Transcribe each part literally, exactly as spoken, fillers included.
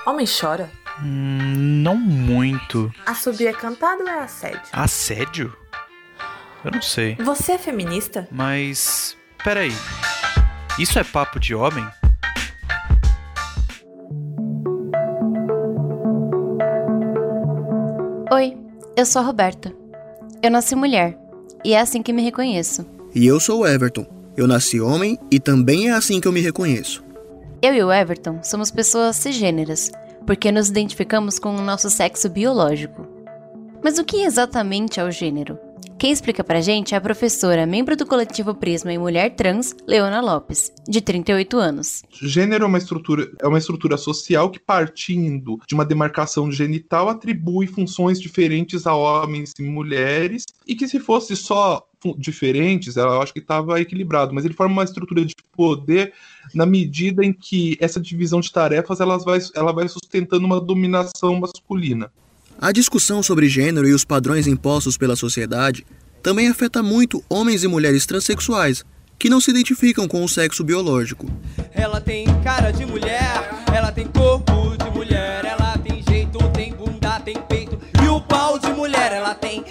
Homem chora? Hum, não muito. Assobio é cantado ou é assédio? Assédio? Eu não sei. Você é feminista? Mas... peraí. Isso é papo de homem? Oi, eu sou a Roberta. Eu nasci mulher, e é assim que me reconheço. E eu sou o Everton. Eu nasci homem e também é assim que eu me reconheço. Eu e o Everton somos pessoas cisgêneras, porque nos identificamos com o nosso sexo biológico. Mas o que exatamente é o gênero? Quem explica pra gente é a professora, membro do coletivo Prisma e mulher trans, Leona Lopes, de trinta e oito anos. Gênero é uma estrutura, é uma estrutura social que, partindo de uma demarcação genital, atribui funções diferentes a homens e mulheres, e que se fosse só diferentes, eu acho que estava equilibrado, mas ele forma uma estrutura de poder na medida em que essa divisão de tarefas ela vai, ela vai sustentando uma dominação masculina. A discussão sobre gênero e os padrões impostos pela sociedade também afeta muito homens e mulheres transexuais, que não se identificam com o sexo biológico. Ela tem cara de mulher, ela tem corpo de mulher, ela tem jeito, tem bunda, tem peito e o pau de mulher ela tem.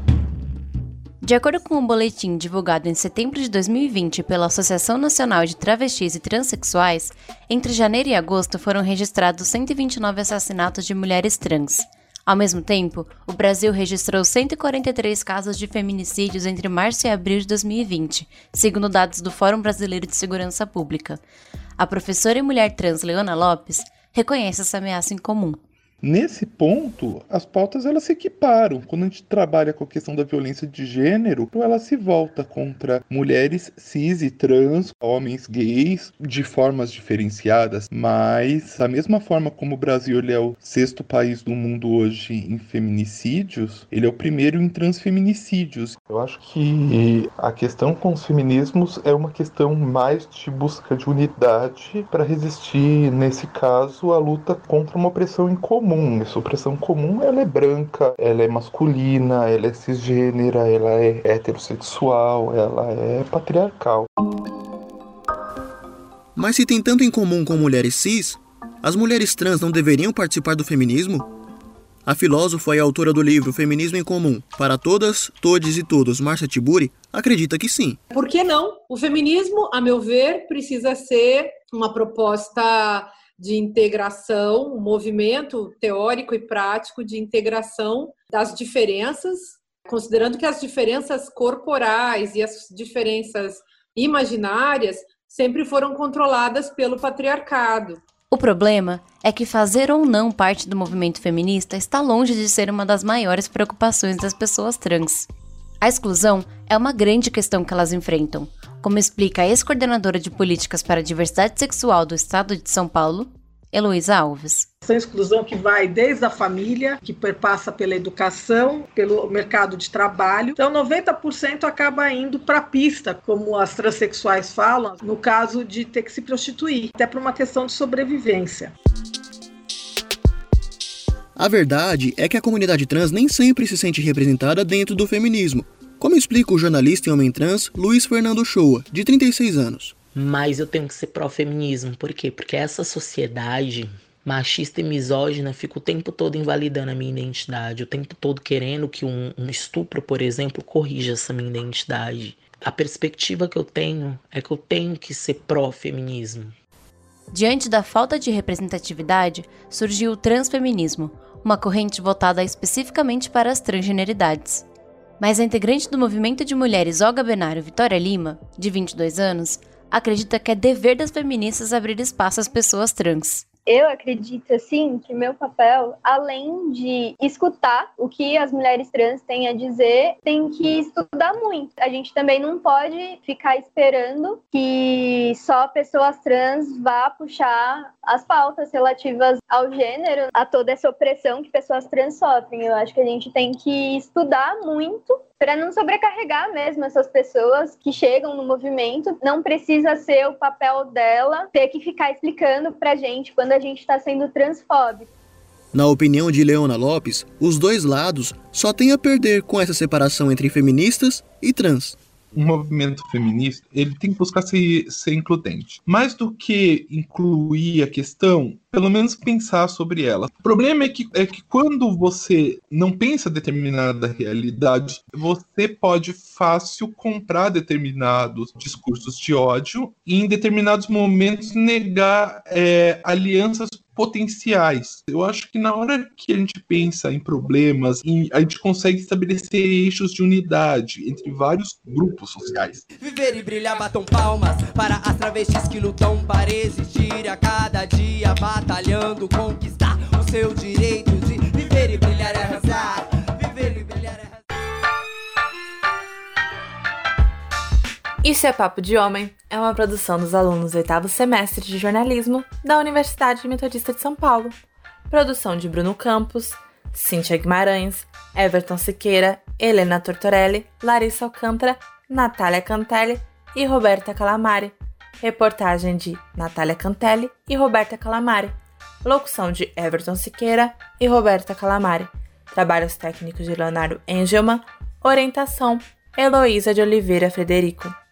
De acordo com um boletim divulgado em setembro de dois mil e vinte pela Associação Nacional de Travestis e Transsexuais, entre janeiro e agosto foram registrados cento e vinte e nove assassinatos de mulheres trans. Ao mesmo tempo, o Brasil registrou cento e quarenta e três casos de feminicídios entre março e abril de dois mil e vinte, segundo dados do Fórum Brasileiro de Segurança Pública. A professora e mulher trans Leona Lopes reconhece essa ameaça em comum. Nesse ponto, as pautas elas se equiparam. Quando a gente trabalha com a questão da violência de gênero, ela se volta contra mulheres cis e trans, homens gays, de formas diferenciadas, mas da mesma forma como o Brasil ele é o sexto país do mundo hoje em feminicídios, ele é o primeiro em transfeminicídios. Eu acho que a questão com os feminismos é uma questão mais de busca de unidade para resistir, nesse caso, à luta contra uma opressão em comum. Essa opressão comum, ela é branca, ela é masculina, ela é cisgênera, ela é heterossexual, ela é patriarcal. Mas se tem tanto em comum com mulheres cis, as mulheres trans não deveriam participar do feminismo? A filósofa e autora do livro Feminismo em Comum, para todas, todes e todos, Márcia Tiburi, acredita que sim. Por que não? O feminismo, a meu ver, precisa ser uma proposta de integração, um movimento teórico e prático de integração das diferenças, considerando que as diferenças corporais e as diferenças imaginárias sempre foram controladas pelo patriarcado. O problema é que fazer ou não parte do movimento feminista está longe de ser uma das maiores preocupações das pessoas trans. A exclusão é uma grande questão que elas enfrentam, como explica a ex-coordenadora de políticas para a diversidade sexual do Estado de São Paulo, Heloísa Alves. Essa exclusão que vai desde a família, que perpassa pela educação, pelo mercado de trabalho. Então, noventa por cento acaba indo para a pista, como as transexuais falam, no caso de ter que se prostituir, até por uma questão de sobrevivência. A verdade é que a comunidade trans nem sempre se sente representada dentro do feminismo, como explica o jornalista e homem trans Luiz Fernando Shoa, de trinta e seis anos. Mas eu tenho que ser pró-feminismo. Por quê? Porque essa sociedade machista e misógina fica o tempo todo invalidando a minha identidade, o tempo todo querendo que um, um estupro, por exemplo, corrija essa minha identidade. A perspectiva que eu tenho é que eu tenho que ser pró-feminismo. Diante da falta de representatividade, surgiu o transfeminismo, uma corrente voltada especificamente para as transgeneridades. Mas a integrante do movimento de mulheres Olga Benário Vitória Lima, de vinte e dois anos, acredita que é dever das feministas abrir espaço às pessoas trans. Eu acredito, assim, que meu papel, além de escutar o que as mulheres trans têm a dizer, tem que estudar muito. A gente também não pode ficar esperando que só pessoas trans vá puxar as pautas relativas ao gênero, a toda essa opressão que pessoas trans sofrem. Eu acho que a gente tem que estudar muito para não sobrecarregar mesmo essas pessoas que chegam no movimento. Não precisa ser o papel dela ter que ficar explicando pra gente quando a gente está sendo transfóbico. Na opinião de Leona Lopes, os dois lados só têm a perder com essa separação entre feministas e trans. um movimento feminista, ele tem que buscar ser, ser includente. Mais do que incluir a questão, pelo menos pensar sobre ela. O problema é que, é que quando você não pensa determinada realidade, você pode fácil comprar determinados discursos de ódio e em determinados momentos negar é, alianças potenciais. Eu acho que na hora que a gente pensa em problemas, em, a gente consegue estabelecer eixos de unidade entre vários grupos sociais. Viver e brilhar, batam palmas para as travestis que lutam para existir a cada dia, batalhando, conquistar o seu direito de viver e brilhar e arrasar. Viver e brilhar e arrasar. Isso é Papo de Homem é uma produção dos alunos do oitavo semestre de jornalismo da Universidade Metodista de São Paulo. Produção de Bruno Campos, Cíntia Guimarães, Everton Siqueira, Helena Tortorelli, Larissa Alcântara, Natália Cantelli e Roberta Calamari. Reportagem de Natália Cantelli e Roberta Calamari. Locução de Everton Siqueira e Roberta Calamari. Trabalhos técnicos de Leonardo Engelmann. Orientação Heloísa de Oliveira Frederico.